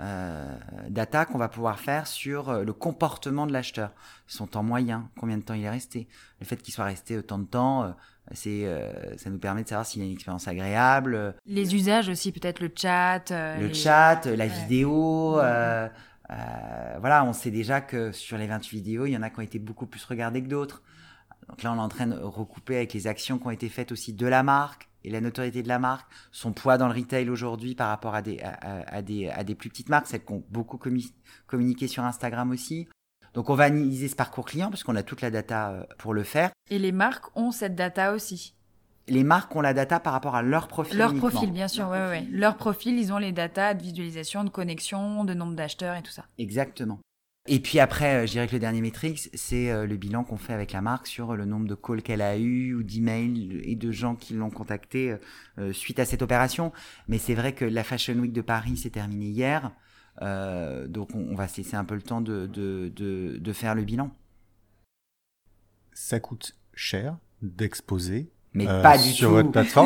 euh, data qu'on va pouvoir faire sur le comportement de l'acheteur. Son temps moyen, combien de temps il est resté. Le fait qu'il soit resté autant de temps, euh, c'est, euh, ça nous permet de savoir s'il a une expérience agréable. Les usages aussi, peut-être le chat. Euh, le les... chat, la ouais. vidéo. Euh, euh, voilà, on sait déjà que sur les vingt-huit vidéos, il y en a qui ont été beaucoup plus regardées que d'autres. Donc là, on est en train de recouper avec les actions qui ont été faites aussi de la marque et la notoriété de la marque, son poids dans le retail aujourd'hui par rapport à des, à, à des, à des plus petites marques, celles qui ont beaucoup commu- communiqué sur Instagram aussi. Donc on va analyser ce parcours client parce qu'on a toute la data pour le faire. Et les marques ont cette data aussi. Les marques ont la data par rapport à leur profil. Leur uniquement. profil, bien sûr, oui, oui. Ouais. Leur profil, ils ont les data de visualisation, de connexion, de nombre d'acheteurs et tout ça. Exactement. Et puis après, je dirais que le dernier métrique, c'est le bilan qu'on fait avec la marque sur le nombre de calls qu'elle a eu ou d'emails et de gens qui l'ont contacté euh, suite à cette opération. Mais c'est vrai que la Fashion Week de Paris s'est terminée hier, euh, donc on, on va se laisser un peu le temps de, de, de, de faire le bilan. Ça coûte cher d'exposer. Mais euh, pas du sur tout. votre plateforme.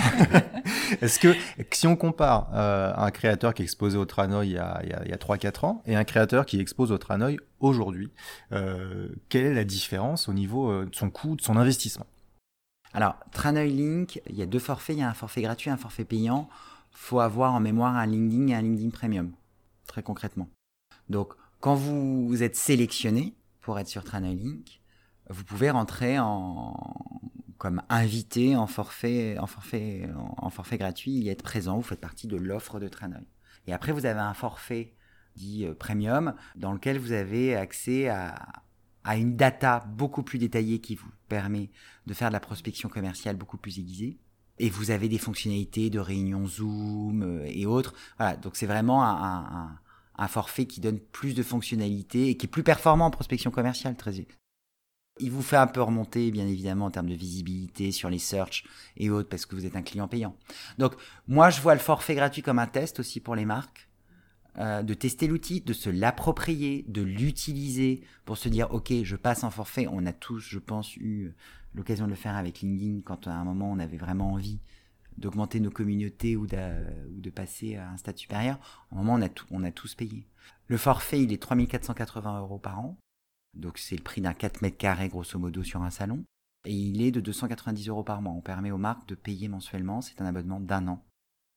Est-ce que si on compare euh, un créateur qui exposait au Tranoï il y a, il y a, il y a trois quatre ans et un créateur qui expose au Tranoï aujourd'hui, euh, quelle est la différence au niveau euh, de son coût, de son investissement? Alors, Tranoï Link, il y a deux forfaits, il y a un forfait gratuit et un forfait payant. Il faut avoir en mémoire un LinkedIn et un LinkedIn Premium, très concrètement. Donc, quand vous, vous êtes sélectionné pour être sur Tranoï Link, vous pouvez rentrer en... comme invité en forfait, en forfait, en forfait gratuit, y être présent, vous faites partie de l'offre de Tranoï. Et après, vous avez un forfait dit euh, premium, dans lequel vous avez accès à, à une data beaucoup plus détaillée qui vous permet de faire de la prospection commerciale beaucoup plus aiguisée. Et vous avez des fonctionnalités de réunion Zoom euh, et autres. Voilà, donc c'est vraiment un, un, un forfait qui donne plus de fonctionnalités et qui est plus performant en prospection commerciale, très Il vous fait un peu remonter, bien évidemment, en termes de visibilité sur les search et autres, parce que vous êtes un client payant. Donc, moi, je vois le forfait gratuit comme un test aussi pour les marques, euh, de tester l'outil, de se l'approprier, de l'utiliser pour se dire, OK, je passe en forfait. On a tous, je pense, eu l'occasion de le faire avec LinkedIn quand à un moment, on avait vraiment envie d'augmenter nos communautés ou de, ou de passer à un stade supérieur. À un moment, on a, tout, on a tous payé. Le forfait, il est trois mille quatre cent quatre-vingts euros par an. Donc, c'est le prix d'un quatre mètres carrés, grosso modo, sur un salon. Et il est de deux cent quatre-vingt-dix euros par mois. On permet aux marques de payer mensuellement. C'est un abonnement d'un an.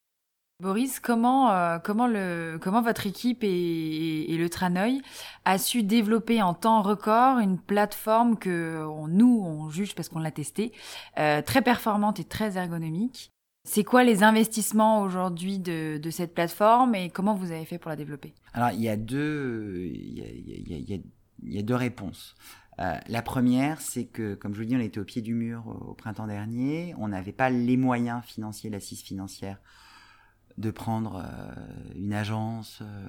Boris, comment, euh, comment, le, comment votre équipe et, et le Tranoï a su développer en temps record une plateforme que on, nous, on juge parce qu'on l'a testée, euh, très performante et très ergonomique. C'est quoi les investissements aujourd'hui de, de cette plateforme et comment vous avez fait pour la développer? Alors, il y a deux, il y a, il y a, il y a, il y a deux réponses. Euh, la première, c'est que, comme je vous le dis, on était au pied du mur au, au printemps dernier. On n'avait pas les moyens financiers, l'assise financière, de prendre euh, une agence euh,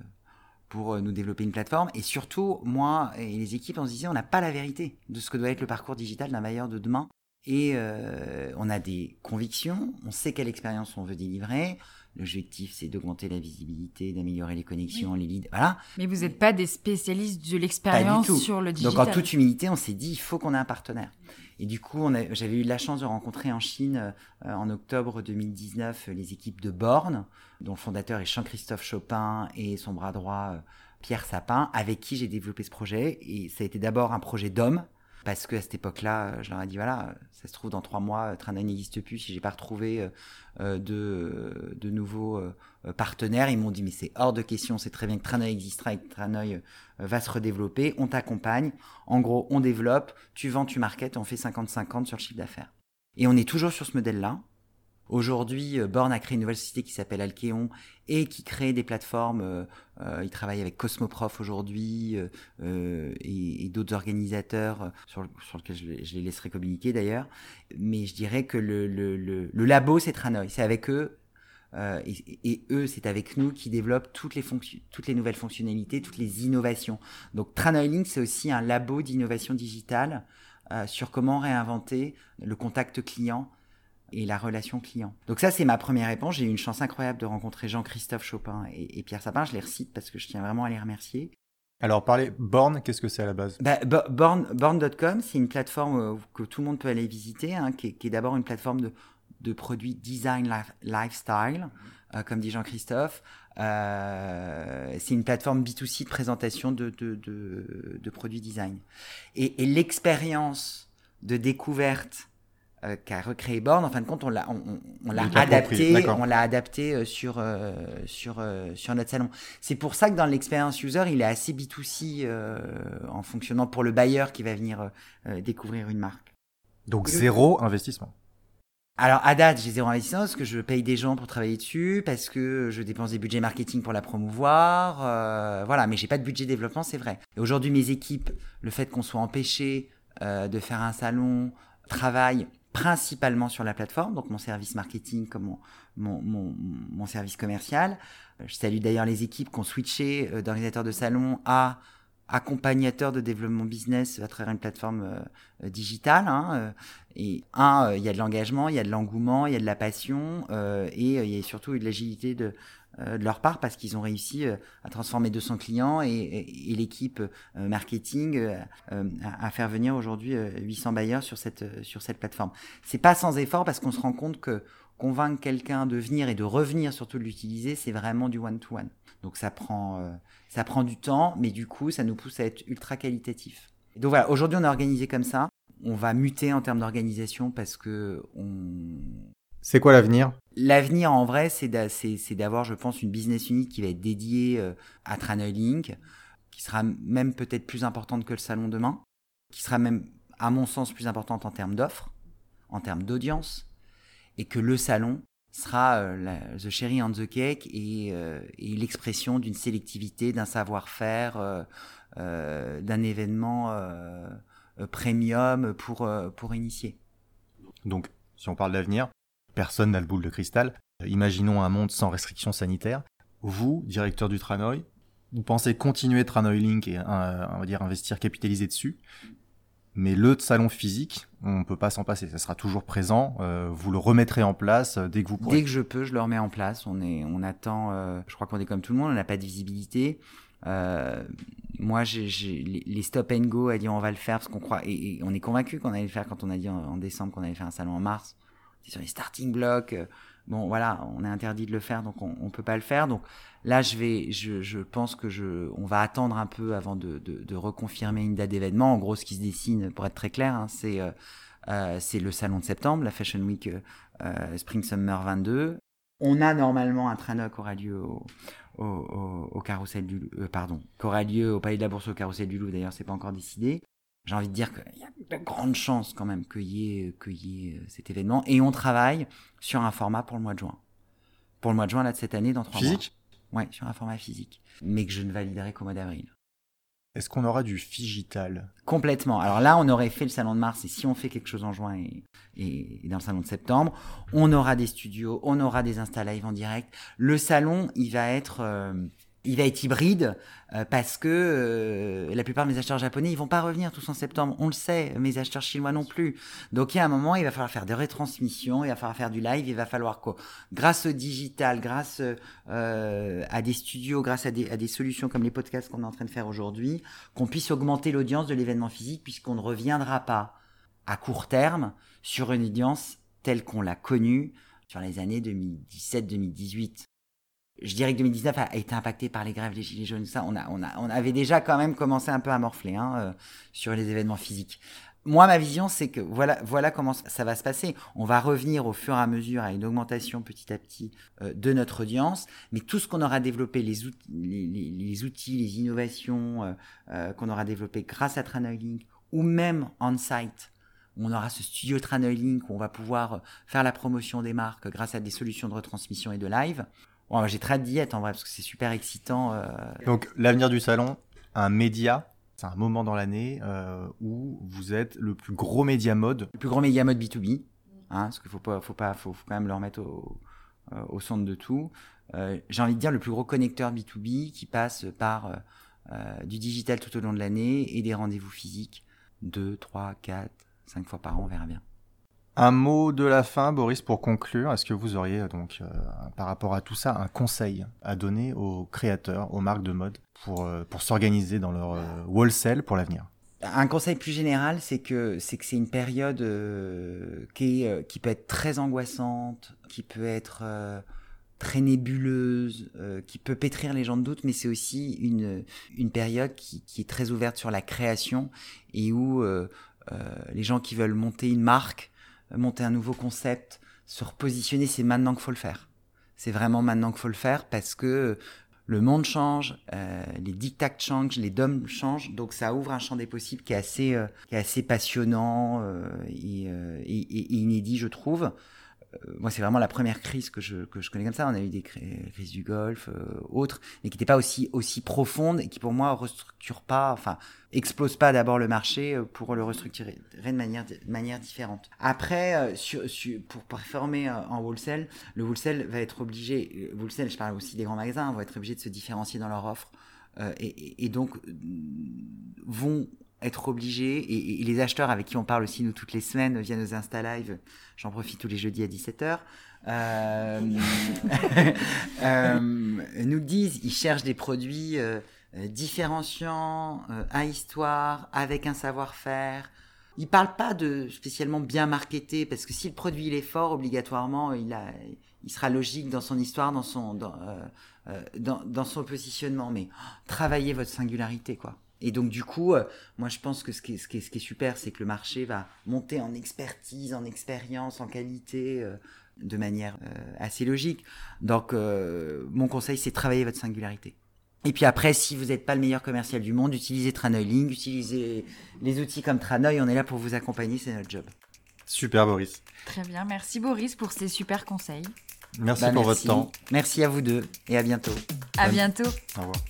pour euh, nous développer une plateforme. Et surtout, moi et les équipes, on se disait, on n'a pas la vérité de ce que doit être le parcours digital d'un bailleur de demain. Et euh, on a des convictions, on sait quelle expérience on veut délivrer. L'objectif, c'est d'augmenter la visibilité, d'améliorer les connexions, oui. les leads, voilà. Mais vous n'êtes pas des spécialistes de l'expérience sur le digital. Donc, en toute humilité, on s'est dit, il faut qu'on ait un partenaire. Et du coup, on a, j'avais eu la chance de rencontrer en Chine, euh, en octobre deux mille dix-neuf, les équipes de Born, dont le fondateur est Jean-Christophe Chopin et son bras droit, euh, Pierre Sapin, avec qui j'ai développé ce projet. Et ça a été d'abord un projet d'homme, parce que à cette époque-là, je leur ai dit, voilà, ça se trouve, dans trois mois, Tranoï n'existe plus si j'ai pas retrouvé euh, de, de nouveaux euh, partenaires. Ils m'ont dit, mais c'est hors de question, c'est très bien que Tranoï existera et que Tranoï euh, va se redévelopper. On t'accompagne. En gros, on développe, tu vends, tu marketes, on fait cinquante cinquante sur le chiffre d'affaires. Et on est toujours sur ce modèle-là. Aujourd'hui, Born a créé une nouvelle société qui s'appelle Alkeon et qui crée des plateformes. Euh, euh, il travaille avec Cosmoprof aujourd'hui euh, et, et d'autres organisateurs euh, sur, sur lesquels je, je les laisserai communiquer d'ailleurs. Mais je dirais que le, le, le, le labo, c'est Tranoï. C'est avec eux euh, et, et eux, c'est avec nous qui développent toutes les, fonction, toutes les nouvelles fonctionnalités, toutes les innovations. Donc Tranoï Link, c'est aussi un labo d'innovation digitale euh, sur comment réinventer le contact client et la relation client. Donc ça, c'est ma première réponse. J'ai eu une chance incroyable de rencontrer Jean-Christophe Chopin et, et Pierre Sapin. Je les recite parce que je tiens vraiment à les remercier. Alors, parlez Born, qu'est-ce que c'est à la base? bah, Born, Born point com, c'est une plateforme que tout le monde peut aller visiter, hein, qui, est, qui est d'abord une plateforme de, de produits design life, lifestyle, euh, comme dit Jean-Christophe. Euh, c'est une plateforme B deux C de présentation de, de, de, de produits design. Et, et l'expérience de découverte euh, qu'a recréé Born, en fin de compte, on l'a, on, on, on l'a adapté, on l'a adapté sur, euh, sur, euh, sur notre salon. C'est pour ça que dans l'expérience user, il est assez B deux C euh, en fonctionnant pour le buyer qui va venir euh, découvrir une marque. Donc zéro investissement. Alors à date, j'ai zéro investissement parce que je paye des gens pour travailler dessus, parce que je dépense des budgets marketing pour la promouvoir, euh, voilà. Mais j'ai pas de budget développement, c'est vrai. Et aujourd'hui, mes équipes, le fait qu'on soit empêché euh, de faire un salon, travaillent principalement sur la plateforme, donc mon service marketing comme mon, mon, mon, mon service commercial. Je salue d'ailleurs les équipes qui ont switché euh, d'organisateurs de salon à accompagnateurs de développement business à travers une plateforme euh, digitale. Hein, euh, et un, il euh, y a de l'engagement, il y a de l'engouement, il y a de la passion euh, et il euh, y a surtout eu de l'agilité de, euh, de leur part parce qu'ils ont réussi euh, à transformer deux cents clients et, et, et l'équipe euh, marketing euh, euh, à, à faire venir aujourd'hui euh, huit cents bailleurs sur cette, euh, sur cette plateforme. C'est pas sans effort parce qu'on se rend compte que convaincre quelqu'un de venir et de revenir, surtout de l'utiliser, c'est vraiment du one-to-one. Donc ça prend, euh, ça prend du temps, mais du coup, ça nous pousse à être ultra qualitatif. Et donc voilà, aujourd'hui, on est organisé comme ça. On va muter en termes d'organisation parce que on... C'est quoi l'avenir ? L'avenir, en vrai, c'est, d'a, c'est, c'est d'avoir, je pense, une business unit qui va être dédiée euh, à Tranoï Link, qui sera même peut-être plus importante que le salon demain, qui sera même, à mon sens, plus importante en termes d'offres, en termes d'audience, et que le salon sera euh, la, the cherry on the cake et, euh, et l'expression d'une sélectivité, d'un savoir-faire, euh, euh, d'un événement euh, euh, premium pour, euh, pour initier. Donc, si on parle d'avenir, personne n'a le boule de cristal. Euh, imaginons un monde sans restrictions sanitaires. Vous, directeur du Tranoï, vous pensez continuer Tranoï Link et euh, on va dire investir, capitaliser dessus. Mais le salon physique, on ne peut pas s'en passer. Ça sera toujours présent. Euh, vous le remettrez en place euh, dès que vous pourrez. Dès que je peux, je le remets en place. On est, on attend. Euh, je crois qu'on est comme tout le monde. On n'a pas de visibilité. Euh, moi, j'ai, j'ai, les, les stop and go a dit on va le faire parce qu'on croit et, et on est convaincu qu'on allait le faire quand on a dit en, en décembre qu'on allait faire un salon en mars. C'est sur les starting blocks. Euh, bon, voilà, on est interdit de le faire, donc on, on peut pas le faire. Donc là, je vais, je, je pense que je, on va attendre un peu avant de, de, de reconfirmer une date d'événement. En gros, ce qui se dessine, pour être très clair, hein, c'est, euh, euh, c'est le salon de septembre, la Fashion Week euh, Spring Summer vingt-deux. On a normalement un Tranoï qui aura lieu au, au, au, au Carrousel du, euh, pardon, qui aura lieu au Palais de la Bourse au Carrousel du Louvre. D'ailleurs, c'est pas encore décidé. J'ai envie de dire qu'il y a de grandes chances quand même qu'il y ait, qu'il y ait cet événement. Et on travaille sur un format pour le mois de juin. Pour le mois de juin, là, de cette année, dans trois mois. Physique ? Ouais, sur un format physique. Mais que je ne validerai qu'au mois d'avril. Est-ce qu'on aura du phygital ? Complètement. Alors là, on aurait fait le salon de mars. Et si on fait quelque chose en juin et, et, et dans le salon de septembre, on aura des studios, on aura des Insta Live en direct. Le salon, il va être... Euh, Il va être hybride euh, parce que euh, la plupart de mes acheteurs japonais, ils vont pas revenir tous en septembre. On le sait, mes acheteurs chinois non plus. Donc il y a un moment, il va falloir faire des retransmissions, il va falloir faire du live, il va falloir quoi, grâce au digital, grâce euh, à des studios, grâce à des, à des solutions comme les podcasts qu'on est en train de faire aujourd'hui, qu'on puisse augmenter l'audience de l'événement physique puisqu'on ne reviendra pas à court terme sur une audience telle qu'on l'a connue sur les années deux mille dix-sept deux mille dix-huit. Je dirais que deux mille dix-neuf a été impacté par les grèves, les gilets jaunes, ça. On a, on a, on avait déjà quand même commencé un peu à morfler hein, euh, sur les événements physiques. Moi, ma vision, c'est que voilà, voilà comment ça va se passer. On va revenir au fur et à mesure à une augmentation petit à petit euh, de notre audience, mais tout ce qu'on aura développé, les outils, les, les, les outils, les innovations euh, euh, qu'on aura développées grâce à Tranoï Link ou même on-site. On aura ce studio Tranoï Link où on va pouvoir faire la promotion des marques grâce à des solutions de retransmission et de live. Bon, j'ai très hâte d'y être en vrai parce que c'est super excitant. Euh... Donc l'avenir du salon, un média, c'est un moment dans l'année euh, où vous êtes le plus gros média mode. Le plus gros média mode B deux B, hein, parce qu'il faut pas, faut pas, faut, faut quand même le remettre au, euh, au centre de tout. Euh, j'ai envie de dire le plus gros connecteur B deux B qui passe par euh, du digital tout au long de l'année et des rendez-vous physiques deux, trois, quatre, cinq fois par an, on verra bien. Un mot de la fin, Boris, pour conclure. Est-ce que vous auriez donc, euh, par rapport à tout ça, un conseil à donner aux créateurs, aux marques de mode pour euh, pour s'organiser dans leur euh, wholesale pour l'avenir ? Un conseil plus général, c'est que c'est que c'est une période euh, qui est, euh, qui peut être très angoissante, qui peut être euh, très nébuleuse, euh, qui peut pétrir les gens de doute, mais c'est aussi une, une période qui, qui est très ouverte sur la création et où euh, euh, les gens qui veulent monter une marque, monter un nouveau concept, se repositionner, c'est maintenant qu'il faut le faire. C'est vraiment maintenant qu'il faut le faire parce que le monde change, euh, les dictats changent, les dogmes changent, donc ça ouvre un champ des possibles qui est assez, euh, qui est assez passionnant euh, et, euh, et, et inédit, je trouve. Euh, moi, c'est vraiment la première crise que je, que je connais comme ça. On a eu des crises du Golfe, euh, autres, mais qui n'étaient pas aussi, aussi profondes et qui, pour moi, restructurent pas, enfin, explosent pas d'abord le marché pour le restructurer de manière, de manière différente. Après, euh, sur, sur, pour performer euh, en wholesale, le wholesale va être obligé, euh, wholesale, je parle aussi des grands magasins, vont être obligés de se différencier dans leur offre euh, et, et, et donc euh, vont être obligés, et, et les acheteurs avec qui on parle aussi nous toutes les semaines via nos Insta Live, j'en profite tous les jeudis à dix-sept heures, euh, euh, nous disent, ils cherchent des produits euh, différenciants, euh, à histoire, avec un savoir-faire. Ils parlent pas de spécialement bien marketé, parce que si le produit il est fort, obligatoirement, il a, il sera logique dans son histoire, dans son, dans, euh, euh, dans, dans son positionnement. Mais oh, travaillez votre singularité, quoi. Et donc du coup, euh, moi je pense que ce qui est, ce qui est, ce qui est super, c'est que le marché va monter en expertise, en expérience, en qualité, euh, de manière euh, assez logique. Donc euh, mon conseil, c'est travailler votre singularité. Et puis après, si vous n'êtes pas le meilleur commercial du monde, utilisez Tranoï Link, utilisez les outils comme Tranoï, on est là pour vous accompagner, c'est notre job. Super Boris. Très bien, merci Boris pour ces super conseils. Merci bah, pour merci. votre temps. Merci à vous deux et à bientôt. À Bonne... bientôt. Au revoir.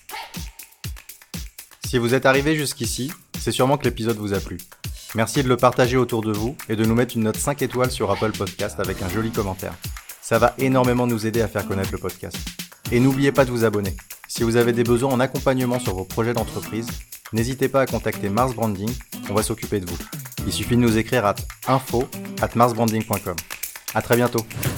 Si vous êtes arrivé jusqu'ici, c'est sûrement que l'épisode vous a plu. Merci de le partager autour de vous et de nous mettre une note cinq étoiles sur Apple Podcast avec un joli commentaire. Ça va énormément nous aider à faire connaître le podcast. Et n'oubliez pas de vous abonner. Si vous avez des besoins en accompagnement sur vos projets d'entreprise, n'hésitez pas à contacter Mars Branding, on va s'occuper de vous. Il suffit de nous écrire à info arobase mars branding point com. À très bientôt.